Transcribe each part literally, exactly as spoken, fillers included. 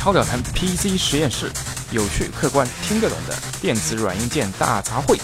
超表谈 P C 实验室，有趣、客观、听得懂的电子软硬件大杂烩。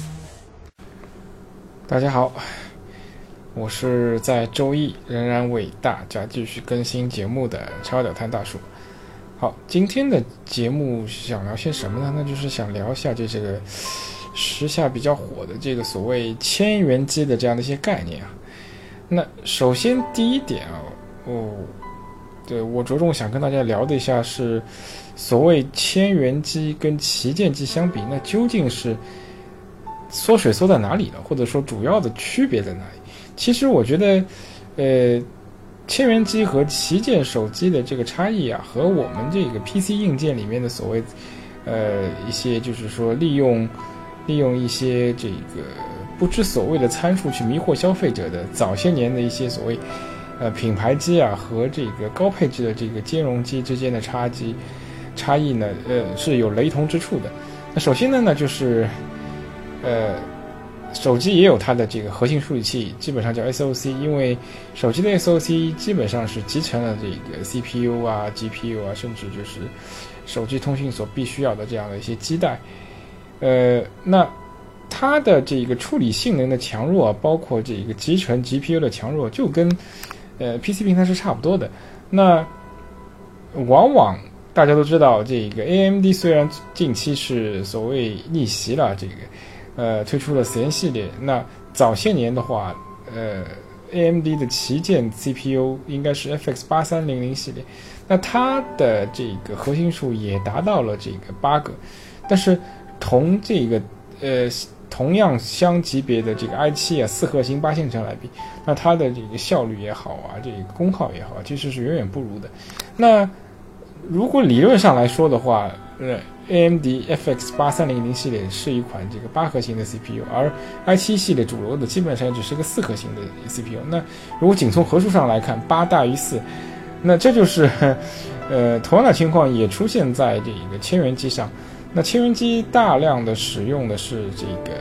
大家好，我是在周一仍然为大家继续更新节目的超表谈大叔。好，今天的节目想聊些什么呢？那就是想聊一下这这个时下比较火的这个所谓千元机的这样的一些概念啊。那首先第一点啊，哦，对我着重想跟大家聊的一下是所谓千元机跟旗舰机相比，那究竟是缩水缩在哪里了，或者说主要的区别在哪里？其实我觉得，呃，千元机和旗舰手机的这个差异啊，和我们这个 P C 硬件里面的所谓，呃，一些就是说利用利用一些这个不知所谓的参数去迷惑消费者的早些年的一些所谓呃品牌机啊和这个高配置的这个兼容机之间的差异差异呢，呃是有雷同之处的。那首先呢，呢就是呃手机也有它的这个核心处理器，基本上叫 S O C， 因为手机的 S O C 基本上是集成了这个 C P U 啊 G P U 啊，甚至就是手机通讯所必须要的这样的一些基带。呃那它的这个处理性能的强弱啊，包括这个集成 G P U 的强弱，就跟呃 P C 平台是差不多的。那往往大家都知道，这个 A M D 虽然近期是所谓逆袭了，这个呃推出了死线系列，那早些年的话，呃 A M D 的旗舰 C P U 应该是 F X 八三零零系列，那它的这个核心数也达到了这个八个，但是同这个呃同样相级别的这个 i 七 啊四核心八线程来比，那它的这个效率也好啊，这个功耗也好，其实是远远不如的。那如果理论上来说的话，呃 A M D F X 八三零零系列是一款这个八核心的 C P U， 而 i 七 系列主流的基本上只是个四核心的 C P U。那如果仅从核数上来看，八大于四，那这就是呃同样的情况也出现在这个千元机上。那千元机大量的使用的是这个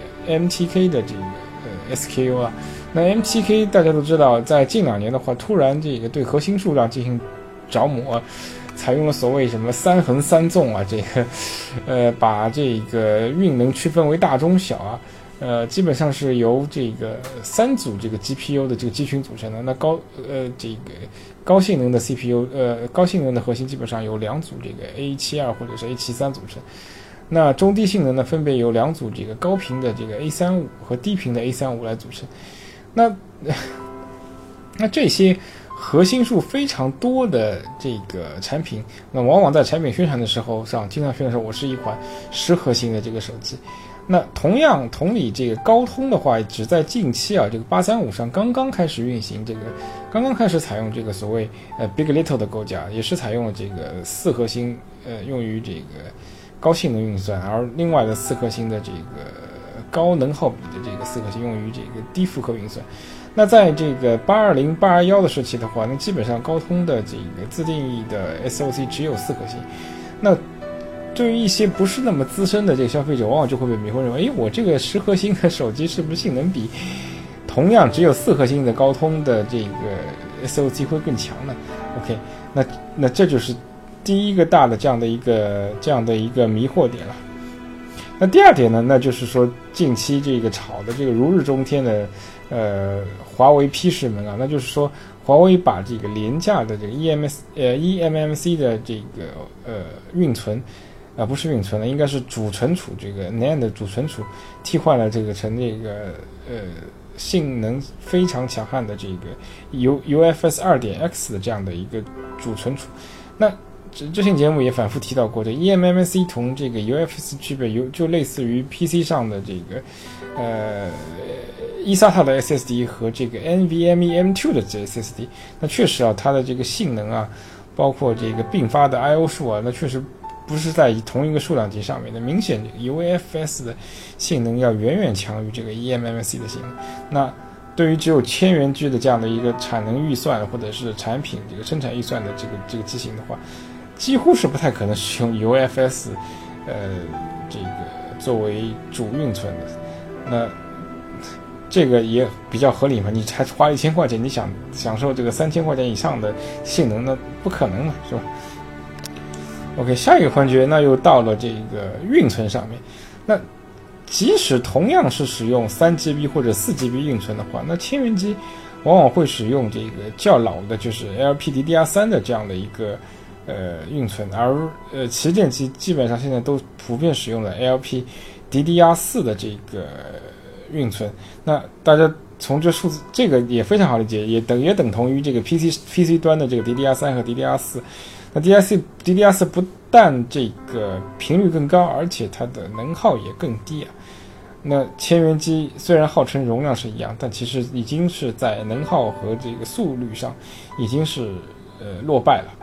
M T K 的这个呃 S K U 啊。那 M T K 大家都知道，在近两年的话，突然这个对核心数量进行着魔，采用了所谓什么三横三纵啊，这个呃把这个运能区分为大中小啊，呃基本上是由这个三组这个 G P U 的这个集群组成的。那高呃这个高性能的 C P U 呃高性能的核心基本上由两组这个 A 七十二 或者是 A 七十三 组成。那中低性能呢，分别由两组这个高频的这个 A 三十五 和低频的 A 三十五 来组成。那那这些核心数非常多的这个产品，那往往在产品宣传的时候上经常宣传说我是一款十核心的这个手机。那同样同理，这个高通的话只在近期啊这个八三五上刚刚开始运行，这个刚刚开始采用这个所谓呃 Big Little 的构架，也是采用了这个四核心呃用于这个高性能运算，而另外的四颗星的这个高能耗比的这个四颗星用于这个低负荷运算。那在这个八二零、八二一的时期的话，那基本上高通的这个自定义的 S O C 只有四颗星。那对于一些不是那么资深的这个消费者，往往就会被迷惑，认为，哎，我这个十核心的手机是不是性能比同样只有四核心的高通的这个 S O C 会更强呢 ？OK， 那那这就是第一个大的这样的一个这样的一个迷惑点了。那第二点呢，那就是说近期这个炒的这个如日中天的呃华为批示门啊，那就是说华为把这个廉价的这个 E M S 呃 E M M C 的这个呃运存啊、呃、不是运存了，应该是主存储，这个 N A N D 的主存储替换了这个成这个呃性能非常强悍的这个 U UFS 二点 X 的这样的一个主存储。那之前节目也反复提到过，这 E M M C 同这个 U F S 区别，有就类似于 P C 上的这个呃 E S A T A 的 S S D 和这个 NVMe M 二 的这 S S D。那确实啊，它的这个性能啊，包括这个并发的 I O 数啊，那确实不是在同一个数量级上面的。明显这个 U F S 的性能要远远强于这个 E M M C 的性能。那对于只有千元机的这样的一个产能预算或者是产品这个生产预算的这个这个机型的话，几乎是不太可能使用 U F S 呃这个作为主运存的。那这个也比较合理嘛，你才花一千块钱，你想享受这个三千块钱以上的性能，那不可能嘛，是吧？ OK， 下一个环节那又到了这个运存上面。那即使同样是使用 三 G B 或者 四 G B 运存的话，那千元机往往会使用这个较老的，就是 L P D D R 三 的这样的一个呃运存，而呃旗舰机基本上现在都普遍使用了 L P D D R 四 的这个运存。那大家从这数字，这个也非常好理解，也等也等同于这个 P C P C 端的这个 D D R 三 和 D D R 四。那 D D R 四 D D R 四 不但这个频率更高，而且它的能耗也更低啊。那千元机虽然号称容量是一样，但其实已经是在能耗和这个速率上已经是呃落败了。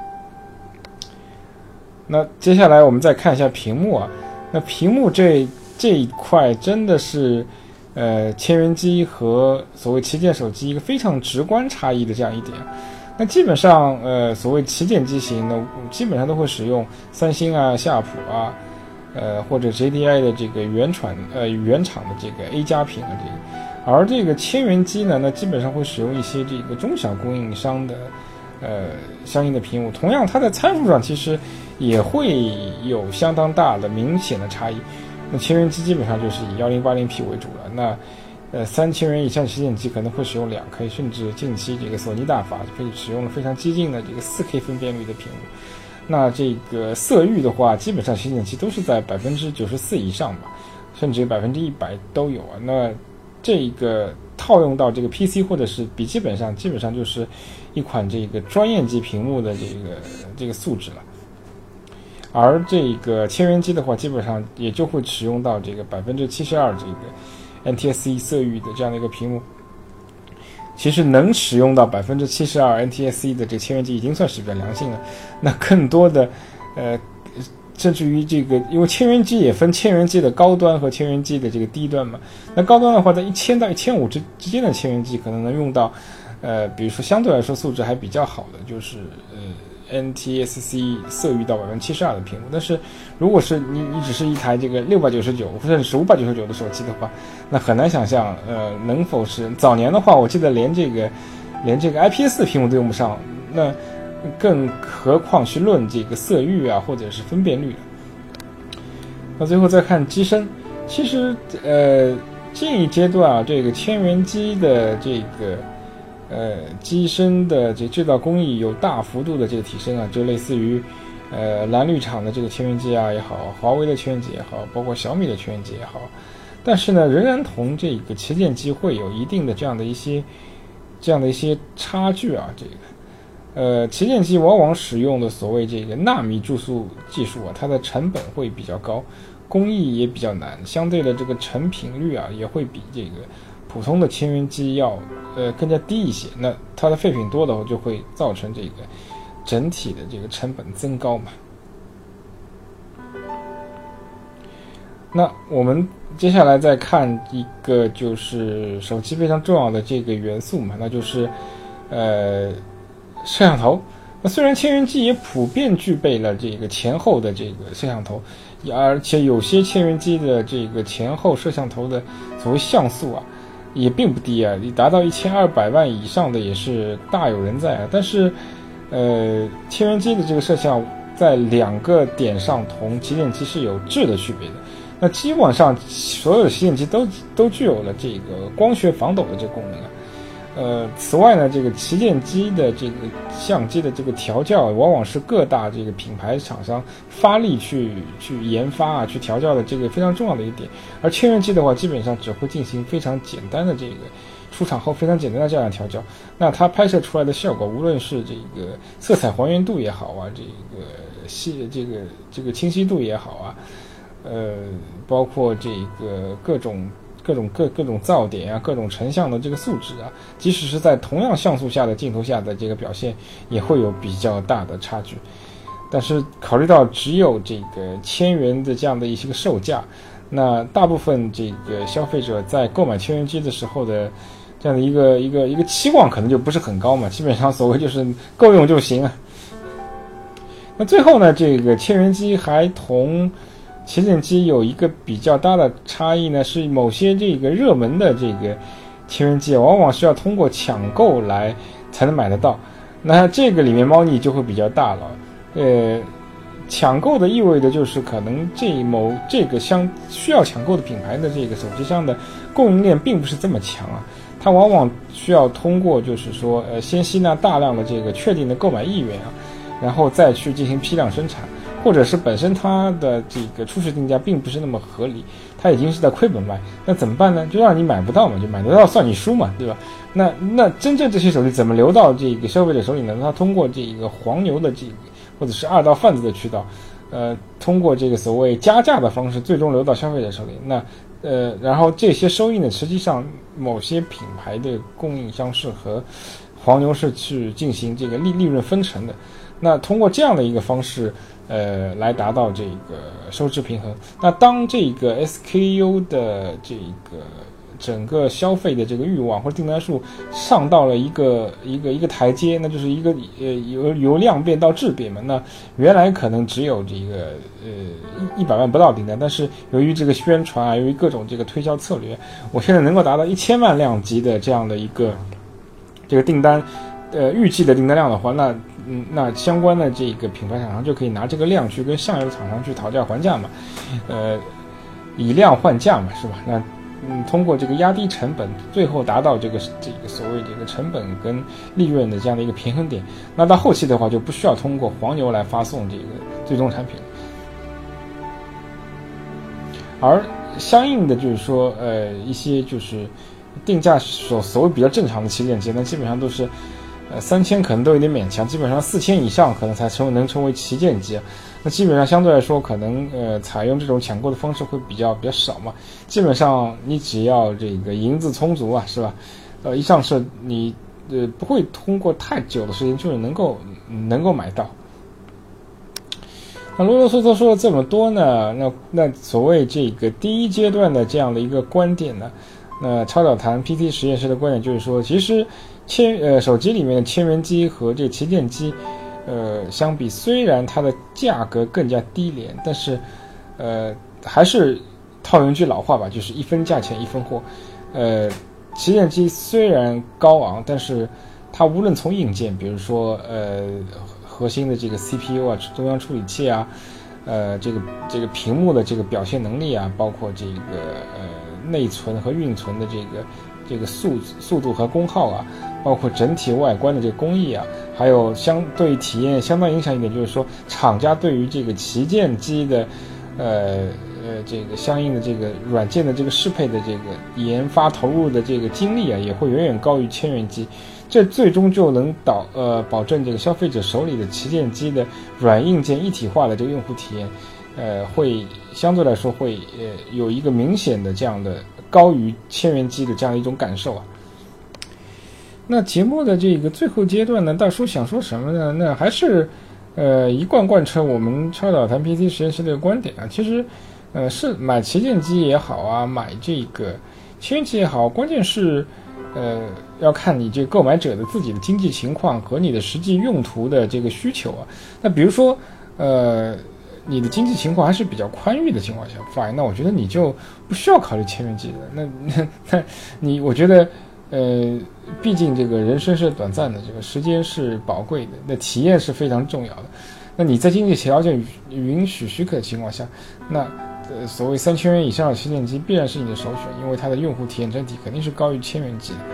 那接下来我们再看一下屏幕啊，那屏幕这这一块真的是呃千元机和所谓旗舰手机一个非常直观差异的这样一点。那基本上呃所谓旗舰机型呢，基本上都会使用三星啊、夏普啊。呃，或者 J D I 的这个原厂呃原厂的这个 A 加屏啊，这个，而这个千元机呢，那基本上会使用一些这个中小供应商的呃相应的屏幕，同样它在参数上其实也会有相当大的明显的差异。那千元机基本上就是以 一零八零 P 为主了，那呃三千元以上旗舰机可能会使用 两 K， 甚至近期这个索尼大法可以使用了非常激进的这个 四 K 分辨率的屏幕。那这个色域的话，基本上旗舰机都是在 百分之九十四 以上吧，甚至 百分之百 都有啊。那这个套用到这个 P C 或者是笔记本上，基本上就是一款这个专业级屏幕的这个这个素质了。而这个千元机的话，基本上也就会使用到这个 百分之七十二 这个 N T S C 色域的这样的一个屏幕。其实能使用到 百分之七十二 N T S C 的这个千元机已经算是比较良心了。那更多的呃甚至于这个，因为千元机也分千元机的高端和千元机的这个低端嘛。那高端的话，在一千到一千五之之间的千元机可能能用到呃比如说相对来说素质还比较好的，就是呃 N T S C 色域到 百分之七十二 的屏幕。但是如果是你你只是一台这个六百九十九或者是五百九十九的手机的话，那很难想象呃能否是早年的话，我记得连这个连这个 I P S 屏幕都用不上，那更何况去论这个色域啊或者是分辨率了。那最后再看机身，其实呃这一阶段啊，这个千元机的这个呃机身的这制造工艺有大幅度的这个提升啊，就类似于呃蓝绿厂的这个千元机啊也好，华为的千元机也好，包括小米的千元机也好，但是呢仍然同这个旗舰机会有一定的这样的一些这样的一些差距啊。这个呃旗舰机往往使用的所谓这个纳米注塑技术啊，它的成本会比较高，工艺也比较难，相对的这个成品率啊也会比这个普通的千元机要呃更加低一些。那它的废品多的话，就会造成这个整体的这个成本增高嘛。那我们接下来再看一个就是手机非常重要的这个元素嘛，那就是呃摄像头。那虽然千元机也普遍具备了这个前后的这个摄像头，而且有些千元机的这个前后摄像头的所谓像素啊也并不低啊，达到一千二百万以上的也是大有人在啊。但是呃千元机的这个摄像在两个点上同旗舰机是有质的区别的。那基本上所有的旗舰机都都具有了这个光学防抖的这个功能啊。呃，此外呢，这个旗舰机的这个相机的这个调教，往往是各大这个品牌厂商发力去去研发啊，去调教的这个非常重要的一点。而千元机的话，基本上只会进行非常简单的这个出厂后非常简单的这样调教。那它拍摄出来的效果，无论是这个色彩还原度也好啊，这个细这个这个清晰度也好啊，呃，包括这个各种。各种各各种噪点啊，各种成像的这个素质啊，即使是在同样像素下的镜头下的这个表现，也会有比较大的差距。但是考虑到只有这个千元的这样的一些个售价，那大部分这个消费者在购买千元机的时候的这样的一个一个一个期望可能就不是很高嘛，基本上所谓就是够用就行啊。那最后呢，这个千元机还同旗舰机有一个比较大的差异呢，是某些这个热门的这个千元机往往是要通过抢购来才能买得到，那这个里面猫腻就会比较大了。呃， 抢购的意味着就是可能这某这个箱需要抢购的品牌的这个手机箱的供应链并不是这么强啊，它往往需要通过就是说呃先吸纳大量的这个确定的购买意愿啊，然后再去进行批量生产，或者是本身它的这个初始定价并不是那么合理，它已经是在亏本卖，那怎么办呢？就让你买不到嘛，就买得到算你输嘛，对吧？那那真正这些手机怎么流到这个消费者手里呢？它通过这个黄牛的这个或者是二道贩子的渠道，呃，通过这个所谓加价的方式，最终流到消费者手里。那呃，然后这些收益呢，实际上某些品牌的供应商是和黄牛是去进行这个利利润分成的。那通过这样的一个方式，呃，来达到这个收支平衡。那当这个 S K U 的这个整个消费的这个欲望或者订单数上到了一个一个一个台阶，那就是一个呃由由量变到质变嘛。那原来可能只有这个呃一百万不到订单，但是由于这个宣传啊，由于各种这个推销策略，我现在能够达到一千万量级的这样的一个这个订单，呃预计的订单量的话，那嗯那相关的这个品牌厂商就可以拿这个量去跟上游的厂商去讨价还价嘛，呃以量换价嘛，是吧？那嗯，通过这个压低成本，最后达到这个这个所谓这个成本跟利润的这样的一个平衡点。那到后期的话，就不需要通过黄牛来发送这个最终产品，而相应的就是说，呃，一些就是定价所所谓比较正常的旗舰机，那基本上都是呃三千可能都有点勉强，基本上四千以上可能才成为能成为旗舰机。那基本上相对来说，可能呃采用这种抢购的方式会比较比较少嘛。基本上你只要这个银子充足啊，是吧？呃，一上市你呃不会通过太久的时间就是能够能够买到。那啰啰嗦嗦说了这么多呢，那那所谓这个第一阶段的这样的一个观点呢，那超导谈 P T 实验室的观点就是说，其实千呃手机里面的千元机和这个旗舰机。呃，相比虽然它的价格更加低廉，但是，呃，还是套用一句老话吧，就是一分价钱一分货。呃，旗舰机虽然高昂，但是它无论从硬件，比如说呃核心的这个 C P U 啊、中央处理器啊，呃这个这个屏幕的这个表现能力啊，包括这个呃内存和运存的这个这个速速度和功耗啊。包括整体外观的这个工艺啊，还有相对体验相当影响一点，就是说厂家对于这个旗舰机的，呃呃这个相应的这个软件的这个适配的这个研发投入的这个精力啊，也会远远高于千元机，这最终就能导呃保证这个消费者手里的旗舰机的软硬件一体化的这个用户体验，呃会相对来说会呃有一个明显的这样的高于千元机的这样的一种感受啊。那节目的这个最后阶段呢，大叔想说什么呢？那还是，呃，一贯贯彻我们超导谈 P C 实验室的观点啊。其实，呃，是买旗舰机也好啊，买这个千元机也好，关键是，呃，要看你这个购买者的自己的经济情况和你的实际用途的这个需求啊。那比如说，呃，你的经济情况还是比较宽裕的情况下 ，fine， 那我觉得你就不需要考虑千元机的。那那那你，我觉得。呃，毕竟这个人生是短暂的，这个时间是宝贵的，那体验是非常重要的。那你在经济条件允许许可的情况下，那呃所谓三千元以上的旗舰机必然是你的首选，因为它的用户体验整体肯定是高于千元机的。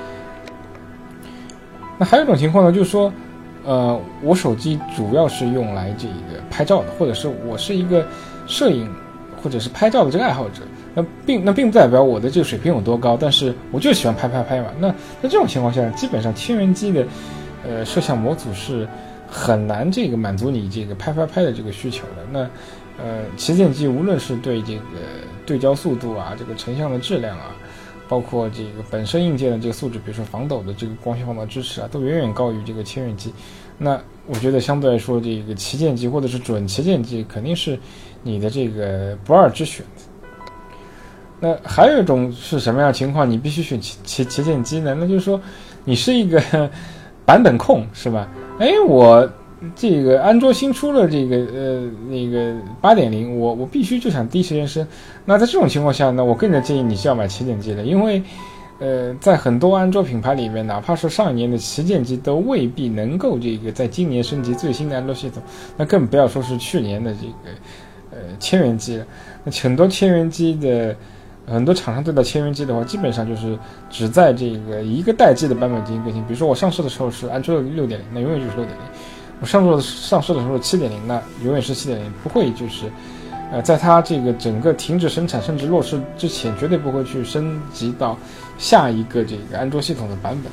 那还有一种情况呢，就是说，呃，我手机主要是用来这个拍照的，或者是我是一个摄影或者是拍照的这个爱好者。那并那并不代表我的这个水平有多高，但是我就喜欢拍拍拍嘛。那在这种情况下，基本上千元机的呃摄像模组是很难这个满足你这个拍拍拍的这个需求的。那呃旗舰机无论是对这个对焦速度啊，这个成像的质量啊，包括这个本身硬件的这个素质，比如说防抖的这个光学放大支持啊，都远远高于这个千元机。那我觉得相对来说，这个旗舰机或者是准旗舰机肯定是你的这个不二之选。那还有一种是什么样的情况，你必须选旗旗旗舰机呢？那就是说，你是一个版本控，是吧？哎，我这个安卓新出了这个呃那个 八点零， 我我必须就想第一时间升。那在这种情况下呢，我更加建议你是要买旗舰机的，因为呃，在很多安卓品牌里面，哪怕是上一年的旗舰机，都未必能够这个在今年升级最新的安卓系统，那更不要说是去年的这个呃千元机了。那很多千元机的很多厂商对待千元机的话，基本上就是只在这个一个代际的版本进行更新。比如说我上市的时候是安卓六点零，那永远就是六点零；我上市上市的时候七点零，那永远是七点零，不会就是。呃，在它这个整个停止生产甚至落实之前，绝对不会去升级到下一个这个安卓系统的版本。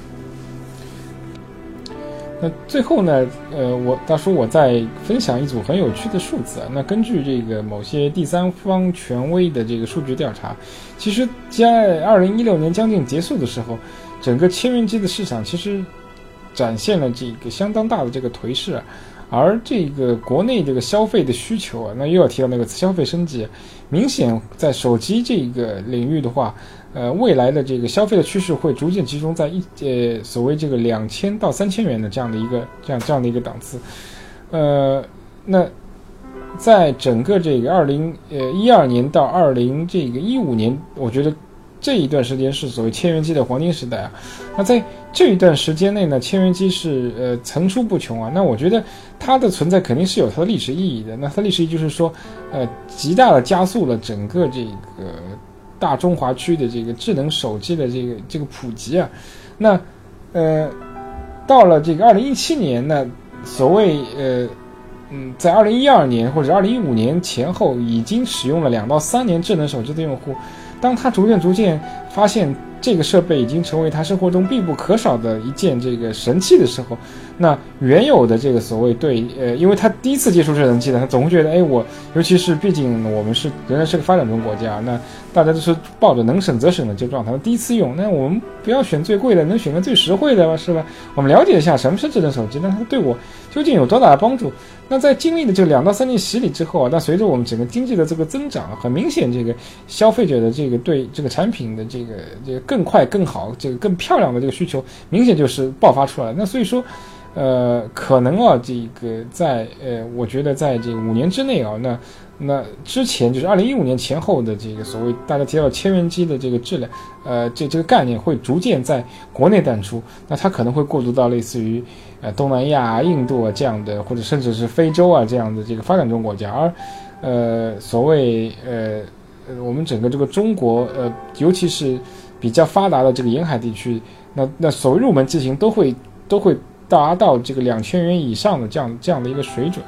那最后呢，呃，我大叔我再分享一组很有趣的数字啊。那根据这个某些第三方权威的这个数据调查，其实在二零一六年将近结束的时候，整个千元机的市场其实展现了这个相当大的这个颓势啊。而这个国内这个消费的需求啊，那又要提到那个消费升级，明显在手机这个领域的话，呃，未来的这个消费的趋势会逐渐集中在一呃所谓这个两千到三千元的这样的一个这样这样的一个档次，呃，那在整个这个二零呃一二年到二零这个一五年，我觉得这一段时间是所谓千元机的黄金时代啊。那在这一段时间内呢，千元机是呃层出不穷啊。那我觉得它的存在肯定是有它的历史意义的。那它历史意义就是说，呃，极大的加速了整个这个大中华区的这个智能手机的这个这个普及啊。那呃，到了这个二零一七年呢，所谓呃嗯，在二零一二年或者二零一五年前后已经使用了两到三年智能手机的用户，当他逐渐逐渐发现这个设备已经成为他生活中必不可少的一件这个神器的时候，那原有的这个所谓对呃，因为他第一次接触智能机的，他总会觉得，哎，我尤其是毕竟我们是仍然是个发展中国家，那大家都是抱着能省则省的这个状态，第一次用，那我们不要选最贵的，能选个最实惠的吧，是吧？我们了解一下什么是智能手机，那它对我究竟有多大的帮助？那在经历了这两到三年洗礼之后啊，那随着我们整个经济的这个增长，很明显，这个消费者的这个对这个产品的这个这个更快、更好、这个更漂亮的这个需求，明显就是爆发出来。那所以说，呃，可能啊，这个在呃，我觉得在这个五年之内啊，那那之前就是二零一五年前后的这个所谓大家提到千元机的这个质量，呃，这这个概念会逐渐在国内淡出，那它可能会过渡到类似于呃东南亚啊、印度啊这样的，或者甚至是非洲啊这样的这个发展中国家，而呃所谓呃我们整个这个中国呃，尤其是比较发达的这个沿海地区，那那所谓入门机型都会都会达到这个两千元以上的这样这样的一个水准。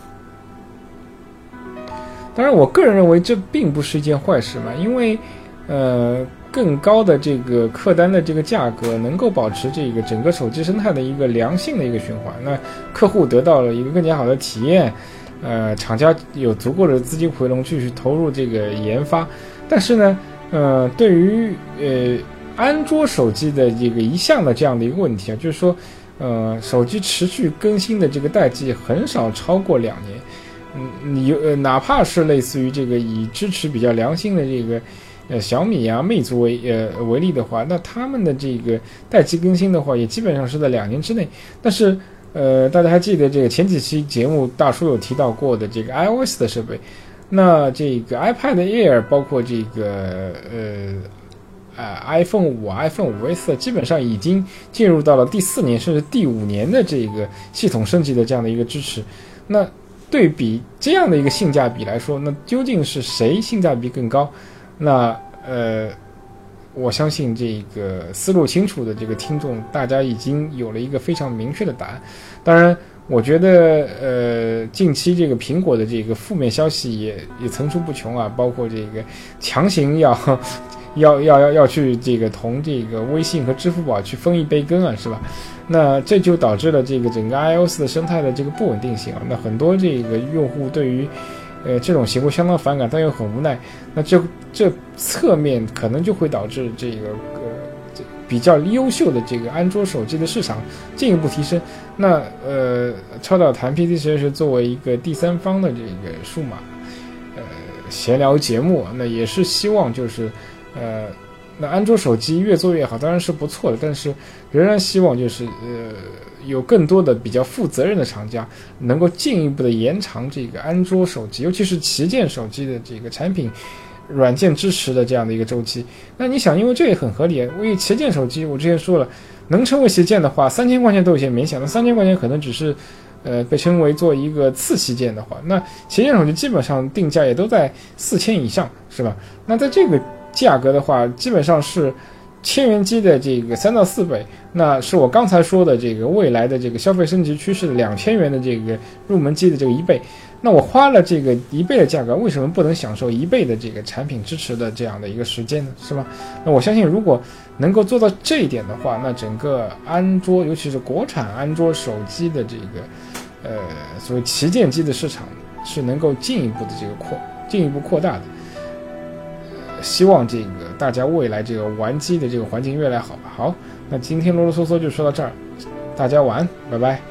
当然我个人认为这并不是一件坏事嘛，因为呃更高的这个客单的这个价格能够保持这个整个手机生态的一个良性的一个循环，那客户得到了一个更加好的体验，呃厂家有足够的资金回笼继续投入这个研发。但是呢呃对于呃安卓手机的这个一项的这样的一个问题啊，就是说呃手机持续更新的这个代际很少超过两年。嗯，你呃，哪怕是类似于这个以支持比较良心的这个呃小米啊、魅族为呃为例的话，那他们的这个代际更新的话，也基本上是在两年之内。但是呃，大家还记得这个前几期节目大叔有提到过的这个 iOS 的设备，那这个 iPad Air 包括这个呃呃 iPhone 五、iPhone 五 S 基本上已经进入到了第四年甚至第五年的这个系统升级的这样的一个支持。那对比这样的一个性价比来说，那究竟是谁性价比更高？那呃，我相信这个思路清楚的这个听众，大家已经有了一个非常明确的答案。当然，我觉得呃，近期这个苹果的这个负面消息也也层出不穷啊，包括这个强行要要要要要去这个同这个微信和支付宝去分一杯羹啊，是吧？那这就导致了这个整个 iOS 的生态的这个不稳定性啊。那很多这个用户对于呃这种行为相当反感，但又很无奈。那这这侧面可能就会导致这个呃这比较优秀的这个安卓手机的市场进一步提升。那呃，超导谈 P C 实验室作为一个第三方的这个数码呃闲聊节目，那也是希望就是呃。那安卓手机越做越好当然是不错的，但是仍然希望就是呃有更多的比较负责任的厂家能够进一步的延长这个安卓手机，尤其是旗舰手机的这个产品软件支持的这样的一个周期。那你想，因为这也很合理，因为旗舰手机我之前说了，能称为旗舰的话，三千块钱都有些勉强，那三千块钱可能只是呃被称为做一个次旗舰的话，那旗舰手机基本上定价也都在四千以上，是吧？那在这个价格的话，基本上是千元机的这个三到四倍，那是我刚才说的这个未来的这个消费升级趋势的两千元的这个入门机的这个一倍。那我花了这个一倍的价格，为什么不能享受一倍的这个产品支持的这样的一个时间呢？是吧？那我相信，如果能够做到这一点的话，那整个安卓，尤其是国产安卓手机的这个呃所谓旗舰机的市场，是能够进一步的这个扩进一步扩大的。呃、希望这个大家未来这个玩机的这个环境越来越好吧。好，那今天啰啰嗦嗦就说到这儿，大家晚安，拜拜。